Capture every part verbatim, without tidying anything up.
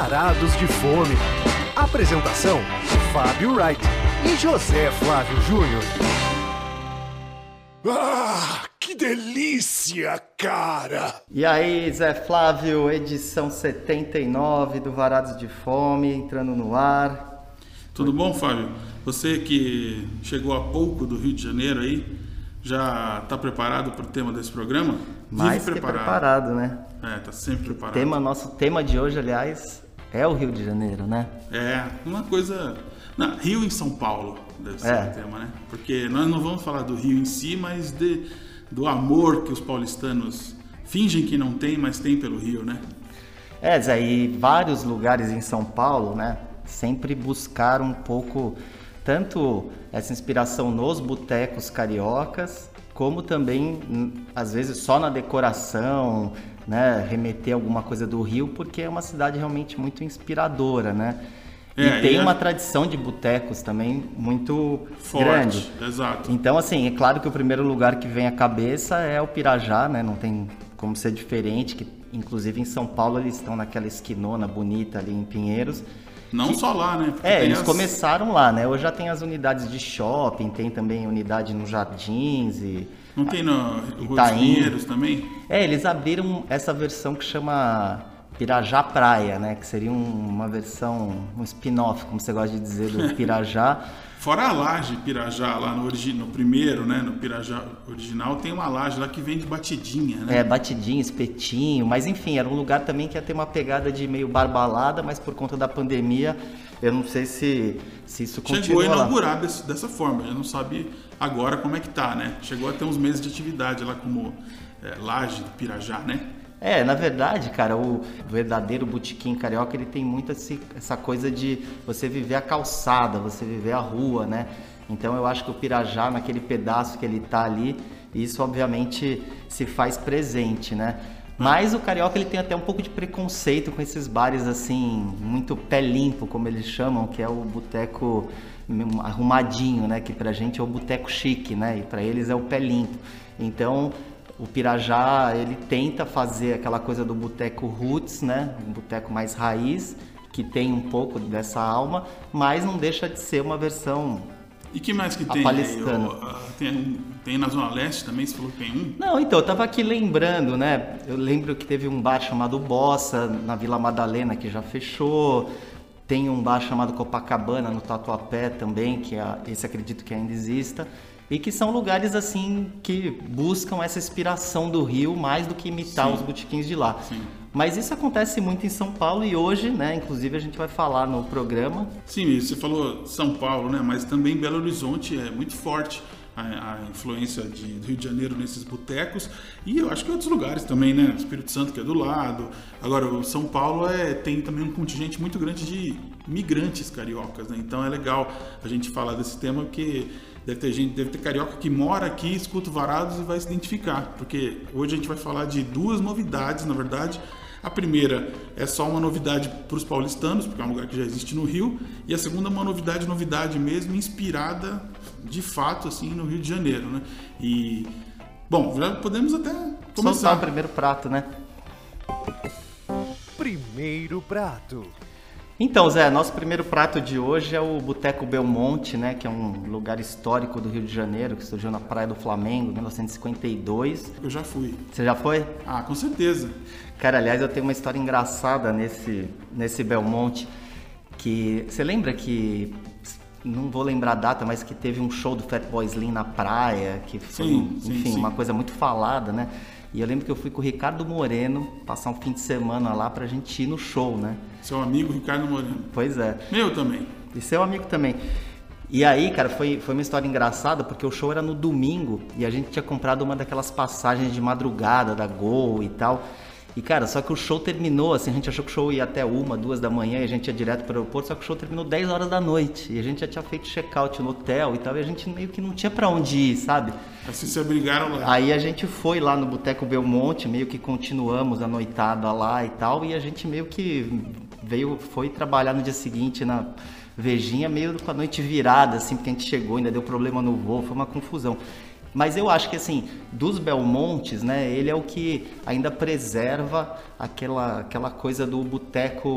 Varados de Fome. Apresentação: Fábio Wright e José Flávio Júnior. Ah, que delícia, cara! E aí, Zé Flávio, edição setenta e nove do Varados de Fome, entrando no ar. Tudo bom, Fábio? Você que chegou há pouco do Rio de Janeiro aí, já está preparado para o tema desse programa? Mais que preparado. preparado, né? É, tá sempre preparado. Tema, nosso tema de hoje, aliás, é o Rio de Janeiro, né? É, uma coisa... Não, Rio em São Paulo deve ser é. o tema, né? Porque nós não vamos falar do Rio em si, mas de, do amor que os paulistanos fingem que não tem, mas tem pelo Rio, né? É, Zé, e vários lugares em São Paulo, né, sempre buscaram um pouco, tanto essa inspiração nos botecos cariocas, como também, às vezes, só na decoração, né, remeter alguma coisa do Rio, porque é uma cidade realmente muito inspiradora, né? E é, tem e uma é... tradição de botecos também muito forte, grande. Exato. Então, assim, é claro que o primeiro lugar que vem à cabeça é o Pirajá, né? Não tem como ser diferente, que inclusive em São Paulo eles estão naquela esquinona bonita ali em Pinheiros. Não que... só lá, né? Porque é, eles as... começaram lá, né? Hoje já tem as unidades de shopping, tem também unidade nos Jardins e... Não tem no Rua dos Pinheiros também? É, eles abriram essa versão que chama... Pirajá Praia, né? Que seria um, uma versão, um spin-off, como você gosta de dizer, do Pirajá. Fora a laje Pirajá, lá no, origi- no primeiro, né? No Pirajá original, tem uma laje lá que vende batidinha, né? É, batidinha, espetinho, mas enfim, era um lugar também que ia ter uma pegada de meio barbalada, mas por conta da pandemia, eu não sei se, se isso continua. Chegou a inaugurar desse, dessa forma, a gente não sabe agora como é que tá, né? Chegou a ter uns meses de atividade lá como é, laje Pirajá, né? É, na verdade, cara, o verdadeiro botequim carioca, ele tem muito esse, essa coisa de você viver a calçada, você viver a rua, né? Então eu acho que o Pirajá, naquele pedaço que ele tá ali, isso obviamente se faz presente, né? Mas o carioca, ele tem até um pouco de preconceito com esses bares, assim, muito pé limpo, como eles chamam, que é o boteco arrumadinho, né? Que pra gente é o boteco chique, né? E pra eles é o pé limpo. Então... O Pirajá, ele tenta fazer aquela coisa do boteco roots, né? Um boteco mais raiz, que tem um pouco dessa alma, mas não deixa de ser uma versão E que mais que tem? Paulistana. Eu, tem, tem na Zona Leste também, você falou que tem um? Não, então, eu tava aqui lembrando, né? Eu lembro que teve um bar chamado Bossa, na Vila Madalena, que já fechou. Tem um bar chamado Copacabana, no Tatuapé também, que é, esse acredito que ainda exista. E que são lugares assim que buscam essa inspiração do Rio mais do que imitar Sim. os botequins de lá. Sim. Mas isso acontece muito em São Paulo e hoje, né, inclusive a gente vai falar no programa. Sim, você falou São Paulo, né, mas também Belo Horizonte é muito forte a, a influência de, do Rio de Janeiro nesses botecos e eu acho que outros lugares também, né, Espírito Santo que é do lado. Agora, o São Paulo é, tem também um contingente muito grande de migrantes cariocas, né, então é legal a gente falar desse tema porque... Deve ter gente, deve ter carioca que mora aqui, escuta o Varados e vai se identificar, porque hoje a gente vai falar de duas novidades, na verdade. A primeira é só uma novidade para os paulistanos, porque é um lugar que já existe no Rio, e a segunda é uma novidade, novidade mesmo, inspirada de fato assim no Rio de Janeiro, né? E bom, já podemos até começar. Soltar o primeiro prato, né? Primeiro prato. Então, Zé, nosso primeiro prato de hoje é o Boteco Belmonte, né, que é um lugar histórico do Rio de Janeiro, que surgiu na Praia do Flamengo, em mil novecentos e cinquenta e dois. Eu já fui. Você já foi? Ah, com certeza. Cara, aliás, eu tenho uma história engraçada nesse, nesse Belmonte, que... Você lembra que... Não vou lembrar a data, mas que teve um show do Fatboy Slim na praia, que foi, sim, sim, enfim, sim. uma coisa muito falada, né? E eu lembro que eu fui com o Ricardo Moreno passar um fim de semana lá pra gente ir no show, né? Seu amigo Ricardo Moreno. Pois é. Meu também. E seu amigo também. E aí, cara, foi, foi uma história engraçada, porque o show era no domingo e a gente tinha comprado uma daquelas passagens de madrugada da Gol e tal. E, cara, só que o show terminou, assim, a gente achou que o show ia até uma, duas da manhã e a gente ia direto para o aeroporto, só que o show terminou dez horas da noite. E a gente já tinha feito check-out no hotel e tal, e a gente meio que não tinha pra onde ir, sabe? Assim se abrigaram lá. Aí a gente foi lá no Boteco Belmonte, meio que continuamos a noitada lá e tal, e a gente meio que veio, foi trabalhar no dia seguinte na Vejinha, meio com a noite virada, assim, porque a gente chegou, ainda deu problema no voo, foi uma confusão. Mas eu acho que, assim, dos Belmontes, né, ele é o que ainda preserva aquela, aquela coisa do boteco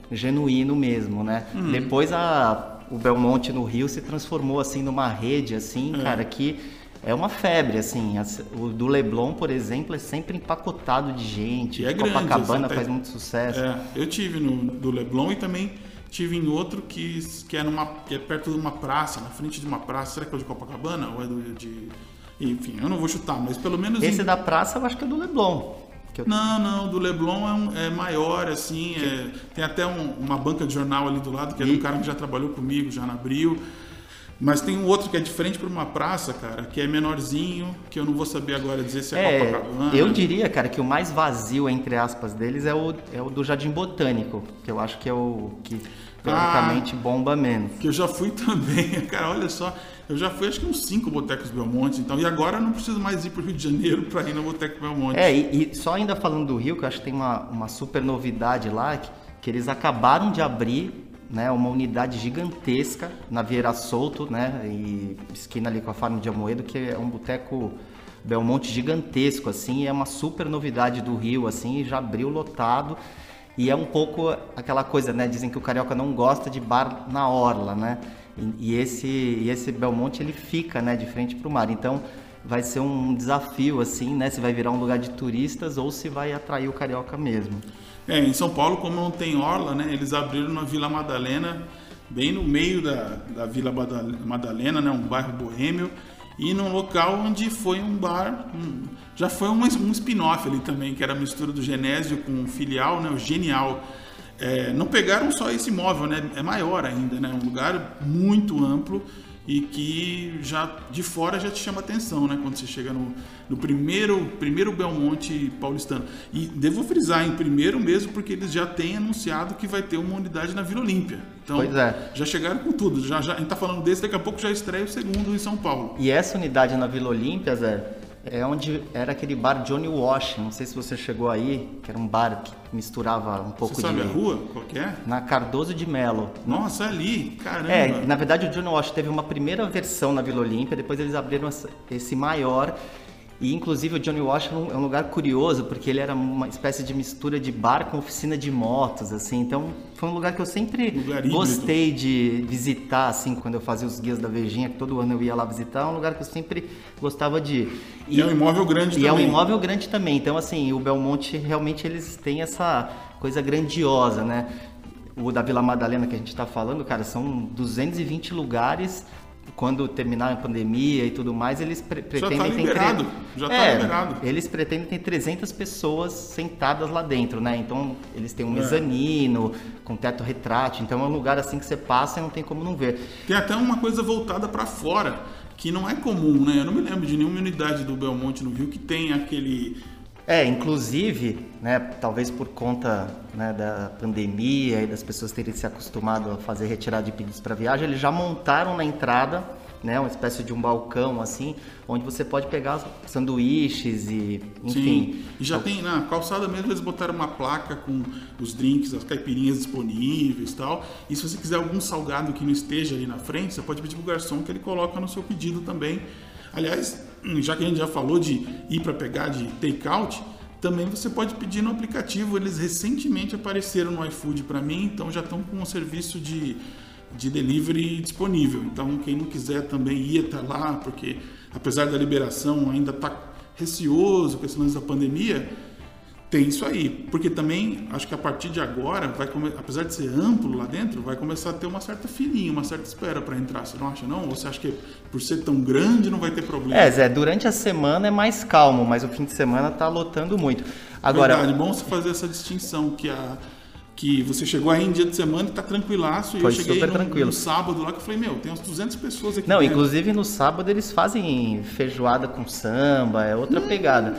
genuíno mesmo, né? Hum. Depois a, o Belmonte no Rio se transformou assim numa rede, assim, é. cara, que é uma febre, assim. O do Leblon, por exemplo, é sempre empacotado de gente. E é grande, Copacabana assim, faz muito sucesso. É, eu tive no do Leblon e também tive em outro que, que, é numa, que é perto de uma praça, na frente de uma praça. Será que é o de Copacabana ou é do de... Enfim, eu não vou chutar, mas pelo menos... Esse em... da praça eu acho que é do Leblon. Eu... Não, não, do Leblon é, um, é maior, assim, é, tem até um, uma banca de jornal ali do lado, que é de um cara que já trabalhou comigo, já na Abril. Mas tem um outro que é de frente para uma praça, cara, que é menorzinho, que eu não vou saber agora dizer se é, é Copacabana. Eu diria, cara, que o mais vazio, entre aspas, deles é o, é o do Jardim Botânico, que eu acho que é o que teoricamente ah, bomba menos. Que eu já fui também, cara, olha só, eu já fui acho que uns cinco botecos Belmonte, então, e agora eu não preciso mais ir para o Rio de Janeiro para ir no Boteco Belmonte. É, e, e só ainda falando do Rio, que eu acho que tem uma, uma super novidade lá, que, que eles acabaram de abrir, né, uma unidade gigantesca na Vieira Solto, né, e esquina ali com a Farm de Amoedo, que é um boteco Belmonte gigantesco, assim, e é uma super novidade do Rio, assim, e já abriu lotado, e é um pouco aquela coisa, né, dizem que o carioca não gosta de bar na orla, né, e, e esse, e esse Belmonte, ele fica, né, de frente para o mar, então vai ser um desafio, assim, né, se vai virar um lugar de turistas ou se vai atrair o carioca mesmo. É, em São Paulo, como não tem orla, né, eles abriram na Vila Madalena, bem no meio da, da Vila Madalena, né, um bairro boêmio, e num local onde foi um bar, um, já foi um, um spin-off ali também, que era a mistura do Genésio com o filial, né, o Genial. É, não pegaram só esse imóvel, né, é maior ainda, né, um lugar muito amplo, e que já de fora já te chama atenção, né? Quando você chega no, no primeiro, primeiro Belmonte paulistano. E devo frisar em primeiro mesmo, porque eles já têm anunciado que vai ter uma unidade na Vila Olímpia. Então, pois é. Já chegaram com tudo. Já, já, a gente tá falando desse, daqui a pouco já estreia o segundo em São Paulo. E essa unidade na Vila Olímpia, Zé, é onde era aquele bar Johnny Wash, não sei se você chegou aí, que era um bar que misturava um pouco de... Você sabe a rua? Qual que é? Na Cardoso de Melo. Nossa, ali, caramba! É, na verdade o Johnny Wash teve uma primeira versão na Vila Olímpia, depois eles abriram esse maior, e inclusive o Johnny Wash é um lugar curioso, porque ele era uma espécie de mistura de bar com oficina de motos, assim, então foi um lugar que eu sempre gostei de visitar, assim, quando eu fazia os guias da Vejinha, que todo ano eu ia lá visitar, é um lugar que eu sempre gostava de ir. E, e é um imóvel grande e também. E é um imóvel grande também, então assim, o Belmonte realmente eles têm essa coisa grandiosa, né? O da Vila Madalena que a gente está falando, cara, são duzentos e vinte lugares. Quando terminar a pandemia e tudo mais, eles pre pretendem... Já está liberado, ter... já está é, liberado. Eles pretendem ter trezentas pessoas sentadas lá dentro, né? Então, eles têm um mezanino, é. com teto retrátil. Então, é um lugar assim que você passa e não tem como não ver. Tem até uma coisa voltada para fora, que não é comum, né? Eu não me lembro de nenhuma unidade do Belmonte no Rio que tem aquele... É, inclusive, né, talvez por conta, né, da pandemia e das pessoas terem se acostumado a fazer retirada de pedidos para viagem, eles já montaram na entrada, né, uma espécie de um balcão assim, onde você pode pegar sanduíches e, enfim. Sim, e já tem na calçada mesmo, eles botaram uma placa com os drinks, as caipirinhas disponíveis e tal. E se você quiser algum salgado que não esteja ali na frente, você pode pedir pro garçom que ele coloca no seu pedido também. Aliás, já que a gente já falou de ir para pegar de take-out, também você pode pedir no aplicativo. Eles recentemente apareceram no iFood para mim, então já estão com um serviço de, de delivery disponível. Então, quem não quiser também ir até lá, porque apesar da liberação ainda está receoso com esse lance da pandemia, tem isso aí. Porque também, acho que a partir de agora, vai come... apesar de ser amplo lá dentro, vai começar a ter uma certa filinha, uma certa espera para entrar. Você não acha, não? Ou você acha que por ser tão grande não vai ter problema? É, Zé, durante a semana é mais calmo, mas o fim de semana tá lotando muito. Agora... Verdade, bom você fazer essa distinção, que a... que você chegou aí em dia de semana e tá tranquilaço, e Foi eu cheguei super num, tranquilo. num sábado lá que eu falei, meu, tem umas duzentas pessoas aqui. Não, dentro. Inclusive no sábado eles fazem feijoada com samba, é outra pegada.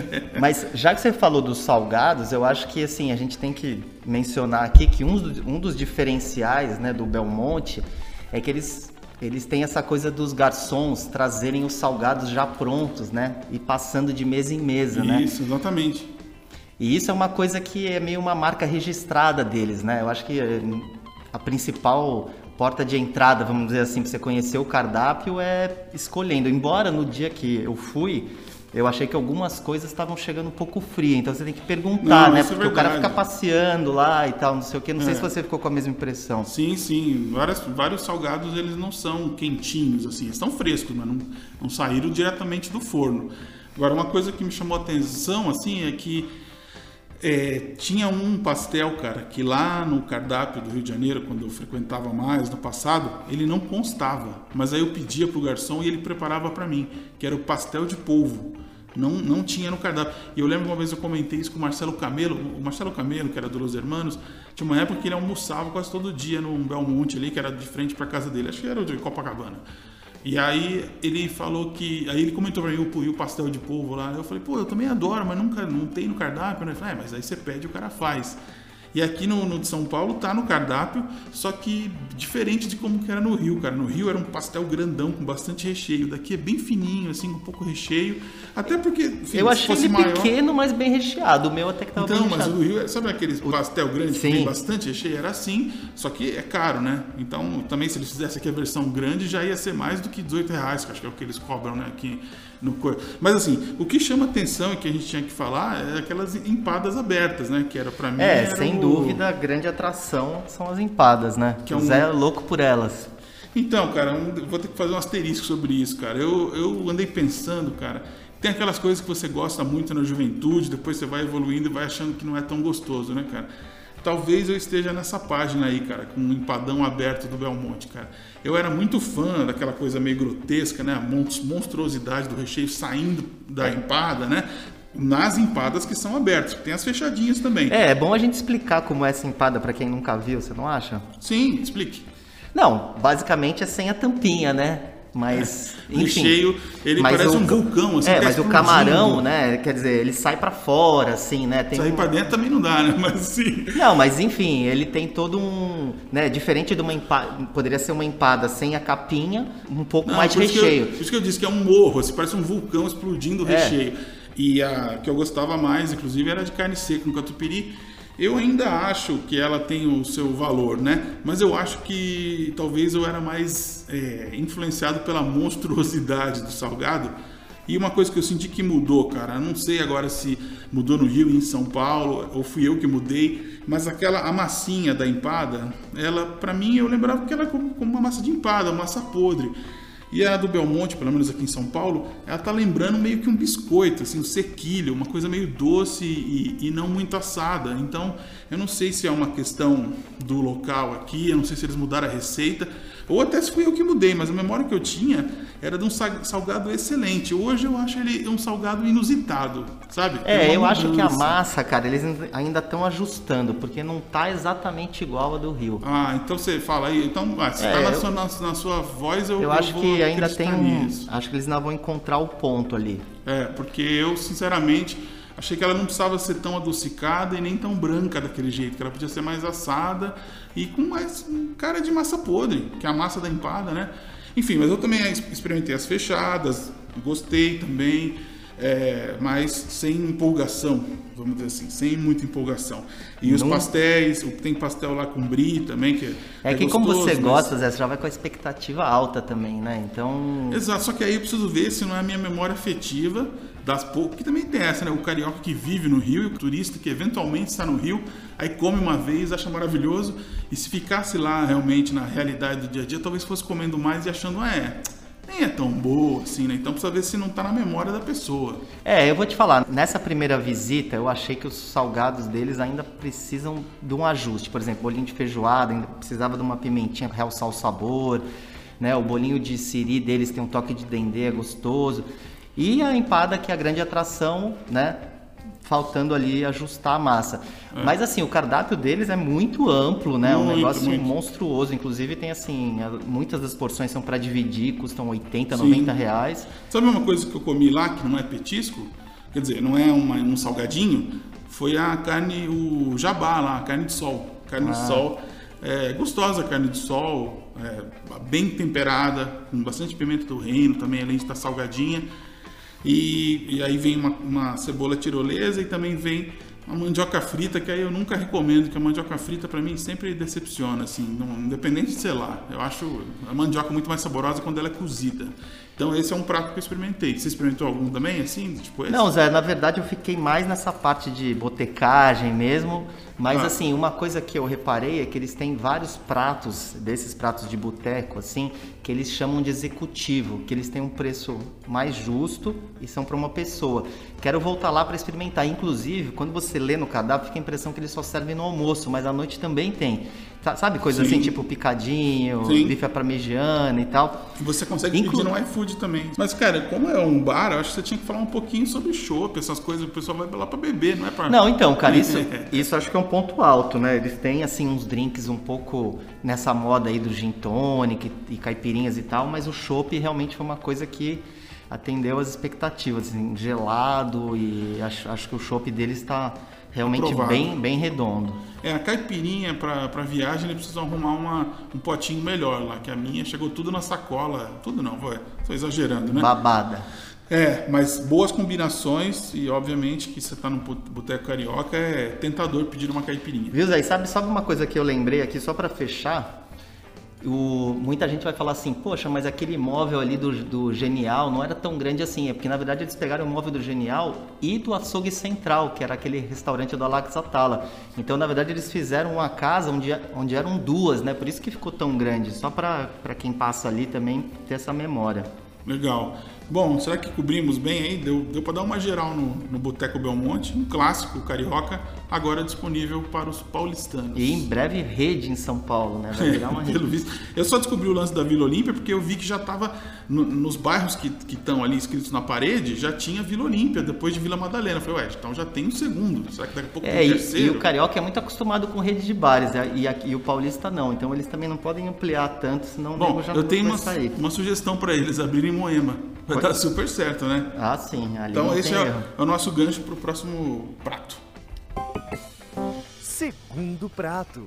Mas já que você falou dos salgados, eu acho que assim, a gente tem que mencionar aqui que um dos, um dos diferenciais, né, do Belmonte é que eles, eles têm essa coisa dos garçons trazerem os salgados já prontos, né, e passando de mesa em mesa, Isso, né? Isso, exatamente. E isso é uma coisa que é meio uma marca registrada deles, né? Eu acho que a principal porta de entrada, vamos dizer assim, para você conhecer o cardápio é escolhendo. Embora no dia que eu fui, eu achei que algumas coisas estavam chegando um pouco frias, então você tem que perguntar, Não, né? isso é Porque o cara verdade. fica passeando lá e tal, não sei o quê. Não sei É. se você ficou com a mesma impressão. Sim, sim. Várias, vários salgados, eles não são quentinhos, assim. Eles estão frescos, mas não, não saíram diretamente do forno. Agora, uma coisa que me chamou a atenção, assim, é que é, tinha um pastel, cara, que lá no cardápio do Rio de Janeiro, quando eu frequentava mais no passado, ele não constava. Mas aí eu pedia pro garçom e ele preparava para mim, que era o pastel de polvo. Não, não tinha no cardápio. E eu lembro uma vez eu comentei isso com o Marcelo Camelo. O Marcelo Camelo, que era do Los Hermanos, tinha uma época que ele almoçava quase todo dia no Belmonte ali, que era de frente para casa dele. Acho que era o de Copacabana. E aí ele falou que... Aí ele comentou pra mim o, o pastel de polvo lá. Eu falei, pô, eu também adoro, mas nunca não tem no cardápio. Ele falou, é, mas aí você pede e o cara faz. E aqui no, no de São Paulo tá no cardápio, só que diferente de como que era no Rio, cara. No Rio era um pastel grandão com bastante recheio. Daqui é bem fininho, assim, com pouco recheio. Até porque, enfim, Eu se achei fosse ele maior... pequeno, mas bem recheado. O meu até que tava Então, bem mas o recheado. do Rio, sabe aqueles pastel grande Sim. que tem bastante recheio? Era assim, só que é caro, né? Então, também se eles fizessem aqui a versão grande, já ia ser mais do que dezoito reais, que acho que é o que eles cobram, né? Aqui no cor. Mas assim, o que chama atenção e que a gente tinha que falar é aquelas empadas abertas, né? Que era pra mim... É, era sem o... dúvida, a grande atração são as empadas, né? Que é O um- Zé é louco por elas. Então, cara, um- vou ter que fazer um asterisco sobre isso, cara. Eu, eu andei pensando, cara, tem aquelas coisas que você gosta muito na juventude, depois você vai evoluindo e vai achando que não é tão gostoso, né, cara? Talvez eu esteja nessa página aí, cara, com um empadão aberto do Belmonte, cara. Eu era muito fã daquela coisa meio grotesca, né? A mon- monstruosidade do recheio saindo da empada, né? Nas empadas que são abertas, tem as fechadinhas também. É, é bom a gente explicar como é essa empada pra quem nunca viu, você não acha? Sim, explique. Não, basicamente é sem a tampinha, né? Mas, O enfim. recheio, ele Mas parece o- um vulcão, assim, É, tá mas o explodindo. camarão, né? Quer dizer, ele sai pra fora, assim, né? Tem Sair um- pra dentro também não dá, né? Mas sim. Não, mas enfim, ele tem todo um, né, diferente de uma empada, poderia ser uma empada sem a capinha, um pouco Não, mais de por isso que eu- recheio. por isso que eu disse que é um morro, assim, parece um vulcão explodindo o É. recheio. E a que eu gostava mais, inclusive, era de carne seca no catupiry. Eu ainda acho que ela tem o seu valor, né? Mas eu acho que talvez eu era mais é, influenciado pela monstruosidade do salgado. E uma coisa que eu senti que mudou, cara, eu não sei agora se mudou no Rio e em São Paulo, ou fui eu que mudei, mas aquela a massinha da empada, ela, pra mim, eu lembrava que ela era como, como uma massa de empada, massa podre. E a do Belmonte, pelo menos aqui em São Paulo, ela tá lembrando meio que um biscoito, assim, um sequilho, uma coisa meio doce e, e não muito assada. Então, eu não sei se é uma questão do local aqui, eu não sei se eles mudaram a receita, ou até se fui eu que mudei, mas a memória que eu tinha era de um sa- salgado excelente. Hoje eu acho ele um salgado inusitado, sabe? É, Tem eu uma acho que a mudança. massa, cara, eles ainda estão ajustando, porque não tá exatamente igual a do Rio. Ah, então você fala aí, então, ah, se É, tá na, eu- sua, na, na sua voz, eu Eu eu acho vou que ainda tem acreditar um, nisso. acho que eles ainda vão encontrar o ponto ali. É, porque eu, sinceramente, achei que ela não precisava ser tão adocicada e nem tão branca daquele jeito, que ela podia ser mais assada e com mais um cara de massa podre, que é a massa da empada, né? Enfim, mas eu também experimentei as fechadas, gostei também, é, mas sem empolgação, vamos dizer assim, sem muita empolgação. E os Não- pastéis, tem pastel lá com brie também, que é É que como gostoso, você mas- gosta, Zé, você já vai com a expectativa alta também, né? Então, Exato, só que aí eu preciso ver se não é a minha memória afetiva das poucas, que também tem essa, né? O carioca que vive no Rio e o turista que eventualmente está no Rio, aí come uma vez, acha maravilhoso, e se ficasse lá realmente na realidade do dia a dia, talvez fosse comendo mais e achando, ah, é, nem é tão boa assim, né? Então precisa ver se não tá na memória da pessoa. é, eu vou te falar, nessa primeira visita eu achei que os salgados deles ainda precisam de um ajuste. Por exemplo, bolinho de feijoada ainda precisava de uma pimentinha para realçar o sabor, né? O bolinho de siri deles tem um toque de dendê, é gostoso. E a empada, que é a grande atração, né? Faltando ali ajustar a massa. Mas assim, o cardápio deles é muito amplo, né? um Muito, negócio muito. monstruoso. Inclusive tem assim, a- muitas das porções são para dividir, custam oitenta, Sim. noventa reais. Sabe uma coisa que eu comi lá, que não é petisco? Quer dizer, não é uma- um salgadinho? Foi a carne, o jabá lá, a carne de sol. Carne de sol, é, gostosa a carne de sol, é, bem temperada, com bastante pimenta do reino também, além de estar salgadinha. E, e aí vem uma, uma cebola tirolesa e também vem a mandioca frita, que aí eu nunca recomendo, que a mandioca frita pra mim sempre decepciona, assim, não, independente de sei lá. Eu acho a mandioca muito mais saborosa quando ela é cozida. Então esse é um prato que eu experimentei. Você experimentou algum também, assim? Tipo esse? Não, Zé, na verdade eu fiquei mais nessa parte de botecagem mesmo, mas Ah. assim, uma coisa que eu reparei é que eles têm vários pratos, desses pratos de boteco, assim, que eles chamam de executivo, que eles têm um preço mais justo e são para uma pessoa. Quero voltar lá para experimentar. Inclusive, quando você lê no cardápio, fica a impressão que eles só servem no almoço, mas à noite também tem. Sa- Sabe, coisa Sim. assim, tipo picadinho, Sim. bife à parmegiana e tal. Que você consegue Inclu- pedir no iFood também. Mas, cara, como é um bar, eu acho que você tinha que falar um pouquinho sobre chopp, essas coisas. O pessoal vai lá pra beber, não é pra... Não, então, cara, isso, isso acho que é um ponto alto, né? Eles têm, assim, uns drinks um pouco nessa moda aí do gin tonic e caipirinhas e tal, mas o chopp realmente foi uma coisa que atendeu às expectativas, assim, gelado, e acho, acho que o chopp deles está realmente Aprovado. bem, bem redondo. É, a caipirinha pra, pra viagem, eles precisam arrumar uma, um potinho melhor lá, que a minha chegou tudo na sacola. Tudo não, foi, tô exagerando, né? Babada. É, mas boas combinações e, obviamente, que você tá no boteco carioca, é tentador pedir uma caipirinha. Viu, Zé? E sabe, sabe uma coisa que eu lembrei aqui, só para fechar? O, muita gente vai falar assim, poxa, mas aquele imóvel ali do, do Genial não era tão grande assim. É porque, na verdade, eles pegaram o imóvel do Genial e do Açougue Central, que era aquele restaurante do Alex Atala. Então, na verdade, eles fizeram uma casa onde, onde eram duas, né? Por isso que ficou tão grande. Só para quem passa ali também ter essa memória. Legal. Bom, será que cobrimos bem aí? Deu, deu para dar uma geral no, no Boteco Belmonte, um clássico carioca, agora disponível para os paulistanos. E em breve rede em São Paulo, né? Vai virar uma Pelo rede. visto. Eu só descobri o lance da Vila Olímpia porque eu vi que já estava no, nos bairros que estão ali escritos na parede, já tinha Vila Olímpia, depois de Vila Madalena. Eu falei, ué, então já tem um segundo. Será que daqui a pouco É, tem um e, terceiro? e o carioca é muito acostumado com rede de bares, né? e, aqui- e o paulista não. Então eles também não podem ampliar tanto, senão o Bom, nego já eu tenho vai uma, sair. uma sugestão para eles abrirem Moema. Vai Oi? dar super certo, né? Ah, sim. Ali Então não esse tem é, erro. é o nosso gancho para o próximo prato. Segundo prato.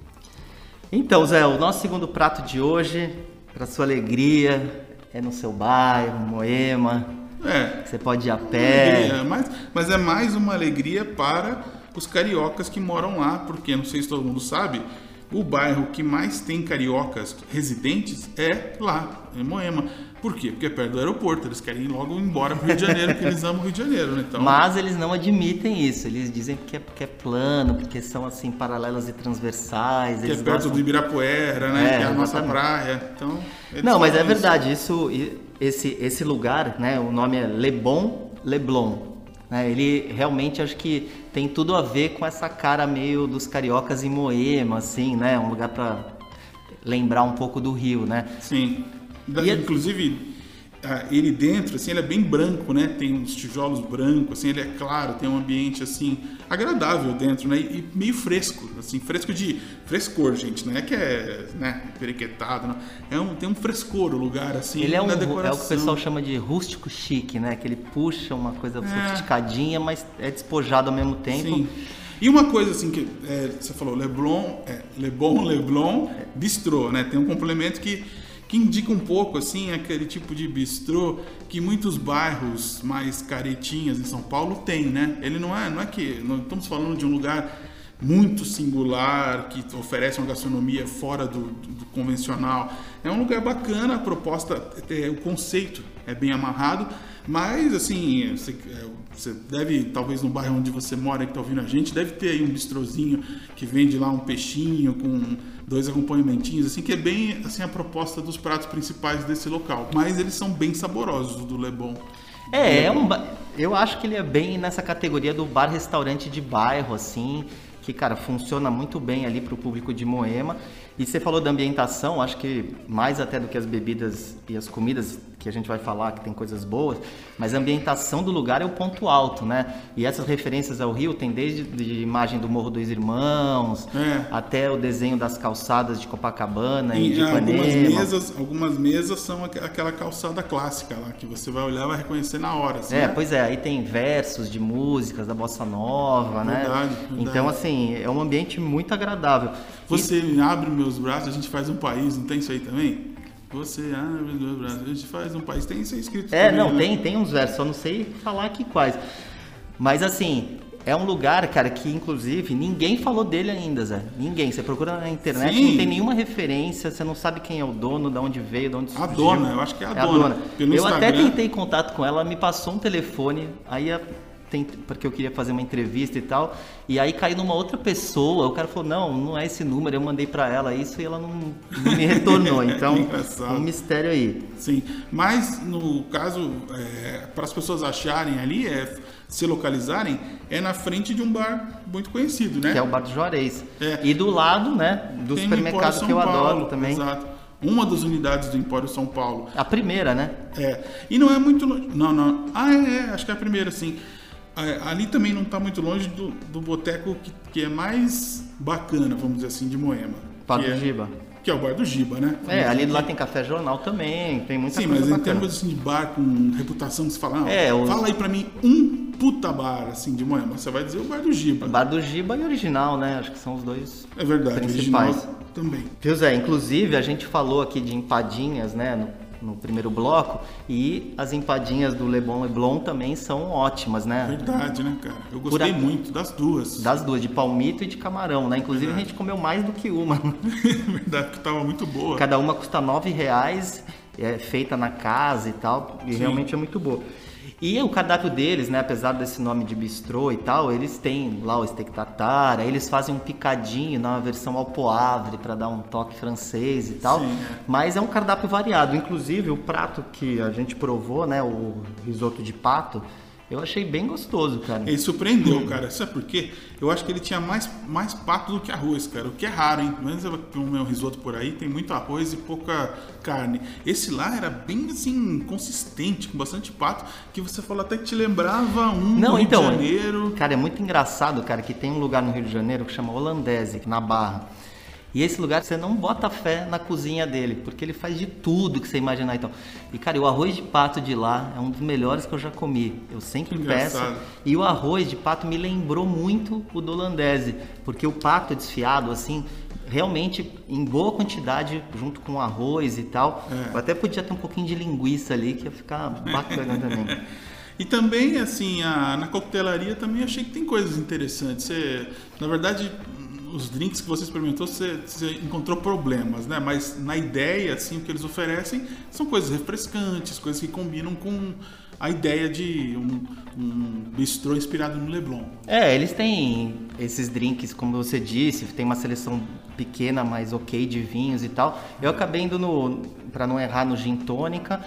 Então, Zé, o nosso segundo prato de hoje, para sua alegria, é no seu bairro, Moema. É, Você pode ir a pé. alegria, mas, mas é mais uma alegria para os cariocas que moram lá, porque não sei se todo mundo sabe, o bairro que mais tem cariocas residentes é lá, em Moema. Por quê? Porque é perto do aeroporto, eles querem ir logo embora para o Rio de Janeiro, porque eles amam o Rio de Janeiro, né? Então, Mas eles não admitem isso. Eles dizem que é, porque é plano, porque são assim paralelas e transversais. que é Eles perto gostam- do Ibirapuera, né? É, que é a nossa exatamente. praia. Então, eles Não, mas é falam isso. verdade. Isso, e- esse, esse lugar, né? O nome é Le Bon Leblon. Né, ele realmente acho que tem tudo a ver com essa cara meio dos cariocas em Moema, assim, né? Um lugar para lembrar um pouco do Rio, né? Sim. Da- E é- Inclusive, ah, ele dentro, assim, ele é bem branco, né? Tem uns tijolos brancos, assim, ele é claro, tem um ambiente, assim, agradável dentro, né? E meio fresco, assim, fresco de... Frescor, gente, não é que é, né, periquetado, não. É um, tem um frescor o lugar, assim, Ele é, um, na é o decoração. que o pessoal chama de rústico chique, né? Que ele puxa uma coisa sofisticadinha, mas é despojado ao mesmo tempo. Sim. E uma coisa assim que é, você falou, Leblon, é, Le Bon Leblon Bistrô, né? Tem um complemento que, que indica um pouco assim aquele tipo de bistrô que muitos bairros mais caretinhas em São Paulo têm, né? Ele não é, não é que não estamos falando de um lugar muito singular, que oferece uma gastronomia fora do, do- do convencional. É um lugar bacana, a proposta, é, o conceito é bem amarrado, mas assim, você, é, você deve, talvez no bairro onde você mora, que está ouvindo a gente, deve ter aí um bistrozinho que vende lá um peixinho com dois acompanhamentinhos, assim, que é bem assim, a proposta dos pratos principais desse local. Mas eles são bem saborosos, o do Le Bon. É, é um, ba- eu acho que ele é bem nessa categoria do bar-restaurante de bairro, assim, que, cara, funciona muito bem ali para o público de Moema. E você falou da ambientação, acho que mais até do que as bebidas e as comidas, que a gente vai falar que tem coisas boas, mas a ambientação do lugar é o ponto alto, né? E essas referências ao Rio tem desde de imagem do Morro dos Irmãos, É. até o desenho das calçadas de Copacabana e, E de algumas Ipanema. mesas, algumas mesas são aqu- aquela calçada clássica lá, que você vai olhar e vai reconhecer na hora. Assim, É, né? pois é, aí tem versos de músicas da bossa nova, né? Verdade, verdade. Então, assim, é um ambiente muito agradável. Você abre meus braços, a gente faz um país, não tem isso aí também? Você abre meus braços, a gente faz um país, tem isso aí escrito É, também, não, né? tem, tem uns versos, só não sei falar aqui quais. Mas assim, É um lugar, cara, que inclusive ninguém falou dele ainda, Zé. Ninguém. Você procura na internet, Sim. não tem nenhuma referência, você não sabe quem é o dono, de onde veio, de onde surgiu. A dona, eu acho que é a, é dona. a dona. Pelo eu Instagram... até tentei contato com ela, me passou um telefone, aí a... porque eu queria fazer uma entrevista e tal, e aí caiu numa outra pessoa, o cara falou, não, não é esse número, eu mandei pra ela isso e ela não, não me retornou, então um mistério aí. Sim, mas no caso, é, para as pessoas acharem ali, é, se localizarem, é na frente de um bar muito conhecido, né? Que é o Bar do Juarez. É. E do lado, né, do Tem supermercado que eu Paulo, adoro também. Exato. Uma das unidades do Empório São Paulo. A primeira, né? É, e não é muito longe, não, não, ah, é, é acho que é a primeira, sim. Ali também não está muito longe do, do boteco que, que é mais bacana, vamos dizer assim, de Moema. Bar do é, Giba. Que é o Bar do Giba, né? É, ali do lado tem Café Jornal também, tem muita Sim, coisa mas bacana. em termos assim, de bar com reputação, você fala, não, é, o... fala aí pra mim um puta bar, assim, de Moema. Você vai dizer o Bar do Giba. Bar do Giba e original, né? Acho que são os dois é verdade, principais. Original também. Viu, Zé? Inclusive, a gente falou aqui de empadinhas, né? No... no primeiro bloco, e as empadinhas do Le Bon Leblon também são ótimas, né? Verdade, né, cara? Eu gostei a... muito das duas. Das duas, de palmito e de camarão, né? Inclusive Verdade. A gente comeu mais do que uma. Verdade, que tava muito boa. Cada uma custa nove reais, é feita na casa e tal, e Sim. realmente é muito boa. E o cardápio deles, né, apesar desse nome de bistrô e tal, eles têm lá o steak tartare, aí eles fazem um picadinho na versão ao poivre para dar um toque francês e tal. Sim, é. Mas é um cardápio variado. Inclusive o prato que a gente provou, né, o risoto de pato, eu achei bem gostoso, cara. Ele surpreendeu, cara. Sabe por quê? Eu acho que ele tinha mais, mais pato do que arroz, cara. O que é raro, hein? Mas o meu risoto por aí tem muito arroz e pouca carne. Esse lá era bem, assim, consistente, com bastante pato, que você falou até que te lembrava um Não, do Rio então, de Janeiro. Cara, é muito engraçado, cara, que tem um lugar no Rio de Janeiro que chama Holandese, na Barra. E esse lugar você não bota fé na cozinha dele, porque ele faz de tudo que você imaginar. Então. E, cara, o arroz de pato de lá é um dos melhores que eu já comi. Eu sempre peço. E o arroz de pato me lembrou muito o do Holandese, porque o pato desfiado, assim, realmente em boa quantidade, junto com o arroz e tal. É. Eu até podia ter um pouquinho de linguiça ali, que ia ficar bacana também. E também, assim, a, na coquetelaria também achei que tem coisas interessantes. Você, na verdade... os drinks que você experimentou, você, você encontrou problemas, né? Mas na ideia, assim, o que eles oferecem são coisas refrescantes, coisas que combinam com a ideia de um, um bistrô inspirado no Leblon. É, eles têm esses drinks, como você disse, tem uma seleção pequena, mas ok, de vinhos e tal. Eu acabei indo no, pra não errar, no gin tônica.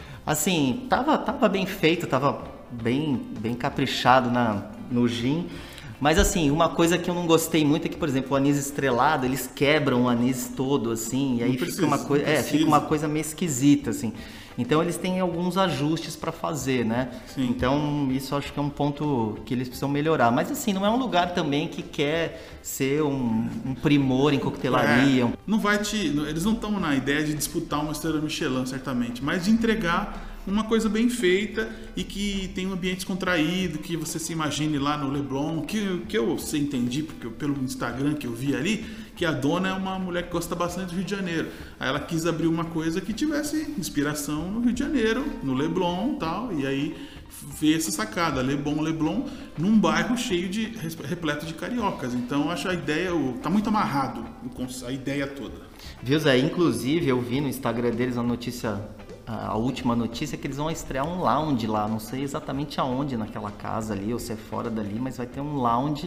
Assim, tava, tava bem feito, tava bem, bem caprichado na, no gin. Mas assim, uma coisa que eu não gostei muito é que, por exemplo, o anis estrelado, eles quebram o anis todo, assim, e aí precisa, fica uma coisa, é, fica uma coisa meio esquisita, assim. Então eles têm alguns ajustes para fazer, né? Sim. Então isso eu acho que é um ponto que eles precisam melhorar. Mas assim, não é um lugar também que quer ser um, um primor em coquetelaria. É, não vai te, eles não estão na ideia de disputar uma estrela Michelin, certamente, mas de entregar uma coisa bem feita e que tem um ambiente descontraído, que você se imagine lá no Leblon, que, que eu entendi porque eu, pelo Instagram que eu vi ali, que a dona é uma mulher que gosta bastante do Rio de Janeiro. Aí ela quis abrir uma coisa que tivesse inspiração no Rio de Janeiro, no Leblon e tal, e aí veio essa sacada, Leblon, Leblon, num bairro cheio de, repleto de cariocas. Então eu acho a ideia, o, tá muito amarrado a ideia toda. Viu, Zé? Inclusive eu vi no Instagram deles uma notícia... A última notícia é que eles vão estrear um lounge lá, não sei exatamente aonde naquela casa ali, ou se é fora dali, mas vai ter um lounge.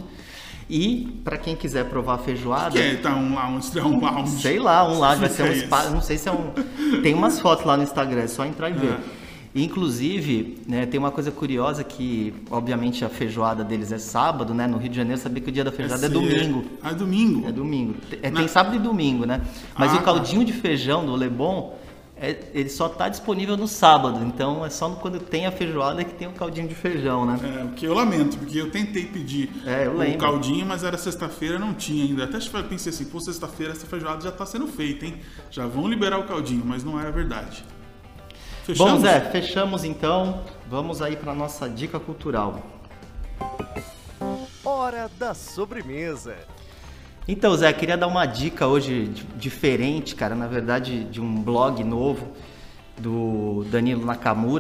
E para quem quiser provar a feijoada... O que é tá um lounge, estrear um lounge? Sei lá, um lounge, vai ser um espaço, não sei se é um... Tem umas fotos lá no Instagram, é só entrar e ver. É. Inclusive, né, tem uma coisa curiosa que, obviamente, a feijoada deles é sábado, né? No Rio de Janeiro, sabia que o dia da feijoada é, é domingo. Ah, é domingo? É domingo. É, tem sábado e domingo, né? Mas ah, o caldinho tá. de feijão do Le Bon... É, ele só está disponível no sábado, então é só quando tem a feijoada que tem o caldinho de feijão, né? É, o que eu lamento, porque eu tentei pedir é, eu o caldinho, mas era sexta-feira, não tinha ainda. Até pensei assim, pô, sexta-feira essa feijoada já está sendo feita, hein? Já vão liberar o caldinho, mas não era verdade. Fechamos? Bom, Zé, fechamos então. Vamos aí para nossa dica cultural. Hora da sobremesa. Então, Zé, queria dar uma dica hoje diferente, cara, na verdade, de um blog novo do Danilo Nakamura, que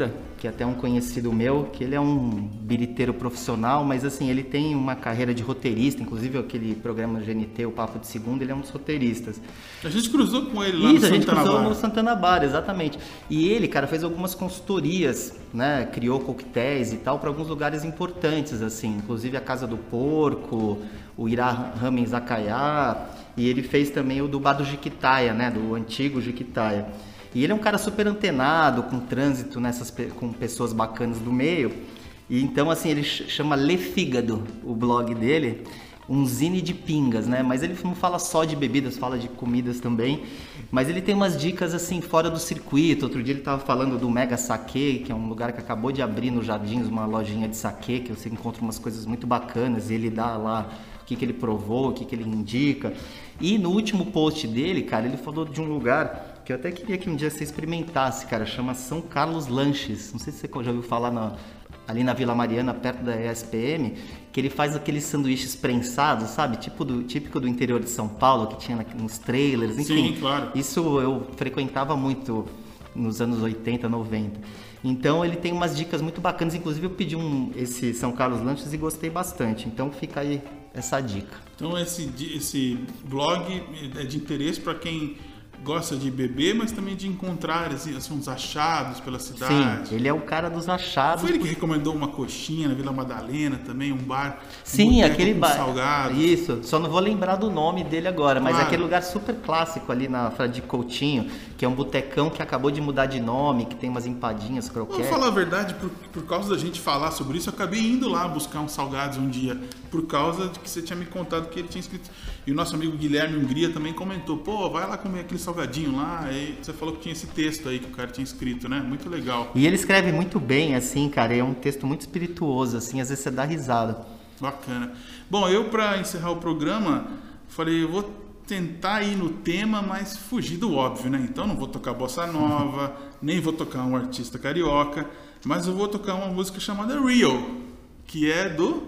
que é até um conhecido meu, que ele é um biriteiro profissional, mas assim, ele tem uma carreira de roteirista, inclusive aquele programa G N T, o Papo de Segunda, ele é um dos roteiristas. A gente cruzou com ele lá Isso, no a gente Santana cruzou Bar. no Santana Bar, exatamente. E ele, cara, fez algumas consultorias, né, criou coquetéis e tal para alguns lugares importantes, assim, inclusive a Casa do Porco, o Irá Ramen Zacaiá, e ele fez também o do Bar do Jiquitaia, né, do antigo Jiquitaia. E ele é um cara super antenado, com trânsito, nessas, com pessoas bacanas do meio. E então, assim, ele chama Le Fígado, o blog dele, um zine de pingas, né? Mas ele não fala só de bebidas, fala de comidas também. Mas ele tem umas dicas, assim, fora do circuito. Outro dia ele estava falando do Mega Saque, que é um lugar que acabou de abrir nos Jardins, uma lojinha de saque, que você encontra umas coisas muito bacanas. E ele dá lá o que, que ele provou, o que, que ele indica. E no último post dele, cara, ele falou de um lugar que eu até queria que um dia você experimentasse, cara, chama São Carlos Lanches. Não sei se você já ouviu falar na, ali na Vila Mariana, perto da E S P M, que ele faz aqueles sanduíches prensados, sabe? Tipo do, típico do interior de São Paulo, que tinha nos trailers, enfim. Sim, claro. Isso eu frequentava muito nos anos oitenta, noventa. Então ele tem umas dicas muito bacanas, inclusive eu pedi um, esse São Carlos Lanches e gostei bastante. Então fica aí essa dica. Então esse, esse blog é de interesse para quem gosta de beber, mas também de encontrar assim, uns achados pela cidade. Sim, ele é o cara dos achados. Foi ele que recomendou uma coxinha na Vila Madalena também, um bar. Sim, um aquele bar. Salgado. Isso, só não vou lembrar do nome dele agora, mas Claro. é aquele lugar super clássico ali na Fradique Coutinho, que é um botecão que acabou de mudar de nome, que tem umas empadinhas, Vou croquetes. falar a verdade, por, por causa da gente falar sobre isso, eu acabei indo lá buscar uns salgados um dia, por causa de que você tinha me contado que ele tinha escrito. E o nosso amigo Guilherme Hungria também comentou, pô, vai lá comer aquele salgadinho lá, aí você falou que tinha esse texto aí que o cara tinha escrito, né? Muito legal. E ele escreve muito bem, assim, cara, é um texto muito espirituoso, assim, às vezes você dá risada. Bacana. Bom, eu para encerrar o programa, falei, eu vou tentar ir no tema, mas fugir do óbvio, né? Então não vou tocar bossa nova, nem vou tocar um artista carioca, mas eu vou tocar uma música chamada Real, que é do...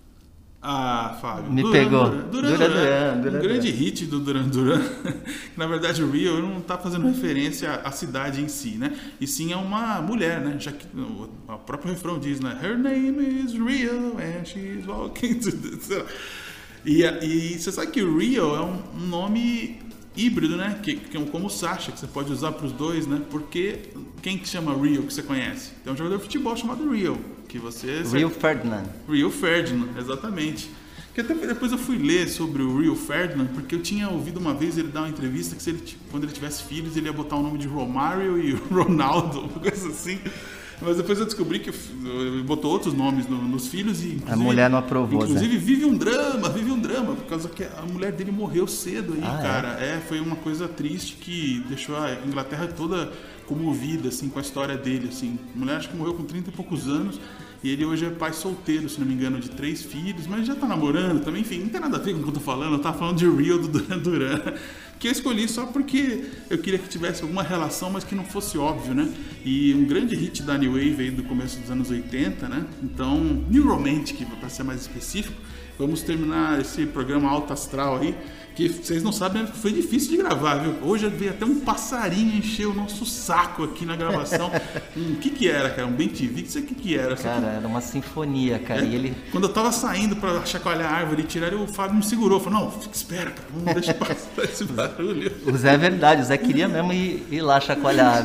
Ah, Fábio. Me Duran, pegou. Duran, Duran, Duran, Duran, Duran, um Duran, grande Duran. hit do Duran Duran. Na verdade, o Real não está fazendo referência à cidade em si, né? E sim a uma mulher, né? Já que o o próprio refrão diz, né? Her name is Real and she's walking to the... E, e você sabe que o Real é um, um nome híbrido, né? Que, que é como o Sasha, que você pode usar para os dois, né? Porque quem que chama Real que você conhece? Tem um jogador de futebol chamado Real, que você... Rio Ferdinand. Rio Ferdinand, exatamente. Que até depois eu fui ler sobre o Rio Ferdinand, porque eu tinha ouvido uma vez ele dar uma entrevista que se ele, quando ele tivesse filhos, ele ia botar o nome de Romário e Ronaldo, uma coisa assim. Mas depois eu descobri que ele botou outros nomes no, nos filhos e... A mulher não aprovou, Inclusive vive um drama, vive um drama, por causa que a mulher dele morreu cedo aí, Ah, é? cara. É? foi uma coisa triste que deixou a Inglaterra toda comovida, assim, com a história dele, assim. A mulher acho que morreu com trinta e poucos anos. E ele hoje é pai solteiro, se não me engano, de três filhos, mas já tá namorando também, enfim, não tem nada a ver com o que eu tô falando, eu tava falando de Real do Duran Duran, que eu escolhi só porque eu queria que tivesse alguma relação, mas que não fosse óbvio, né? E um grande hit da New Wave aí do começo dos anos oitenta, né? Então, New Romantic, para ser mais específico, vamos terminar esse programa alto astral aí, que vocês não sabem, foi difícil de gravar, viu? Hoje veio até um passarinho encher o nosso saco aqui na gravação. O que que era, cara? Um bem T V? Não sei o que que era. Só Cara, era uma sinfonia, cara, é, e ele... Quando eu tava saindo pra chacoalhar a árvore e tirar, o Fábio me segurou. Falou, não, fica, espera, cara, não deixa passar esse barulho. O Zé é verdade, o Zé queria mesmo ir, ir lá chacoalhar.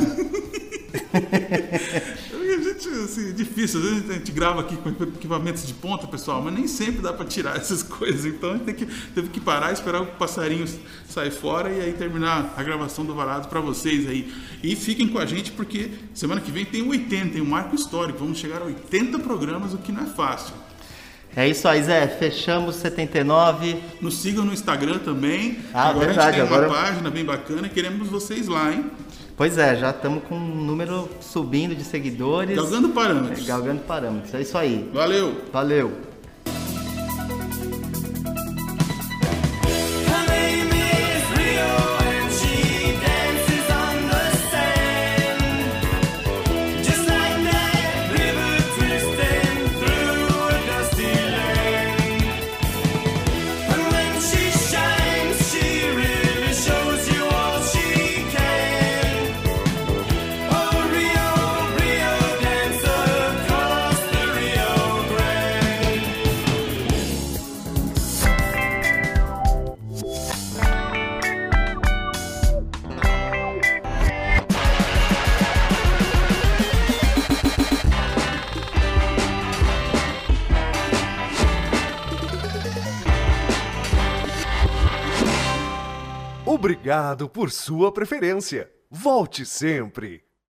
A gente, assim, é difícil, às vezes a gente grava aqui com equipamentos de ponta, pessoal, mas nem sempre dá pra tirar essas coisas. Então a gente tem que, teve que parar, esperar o passarinho sair fora e aí terminar a gravação do Varado pra vocês aí. E fiquem com a gente porque semana que vem tem oitenta, tem um marco histórico. Vamos chegar a oitenta programas, o que não é fácil. É isso aí, Zé, fechamos setenta e nove. Nos sigam no Instagram também. Ah, agora verdade, a gente tem agora- uma página bem bacana e queremos vocês lá, hein? Pois é, já estamos com um número subindo de seguidores. Galgando parâmetros. É, galgando parâmetros, é isso aí. Valeu! Valeu. Dance Obrigado por sua preferência. Volte sempre!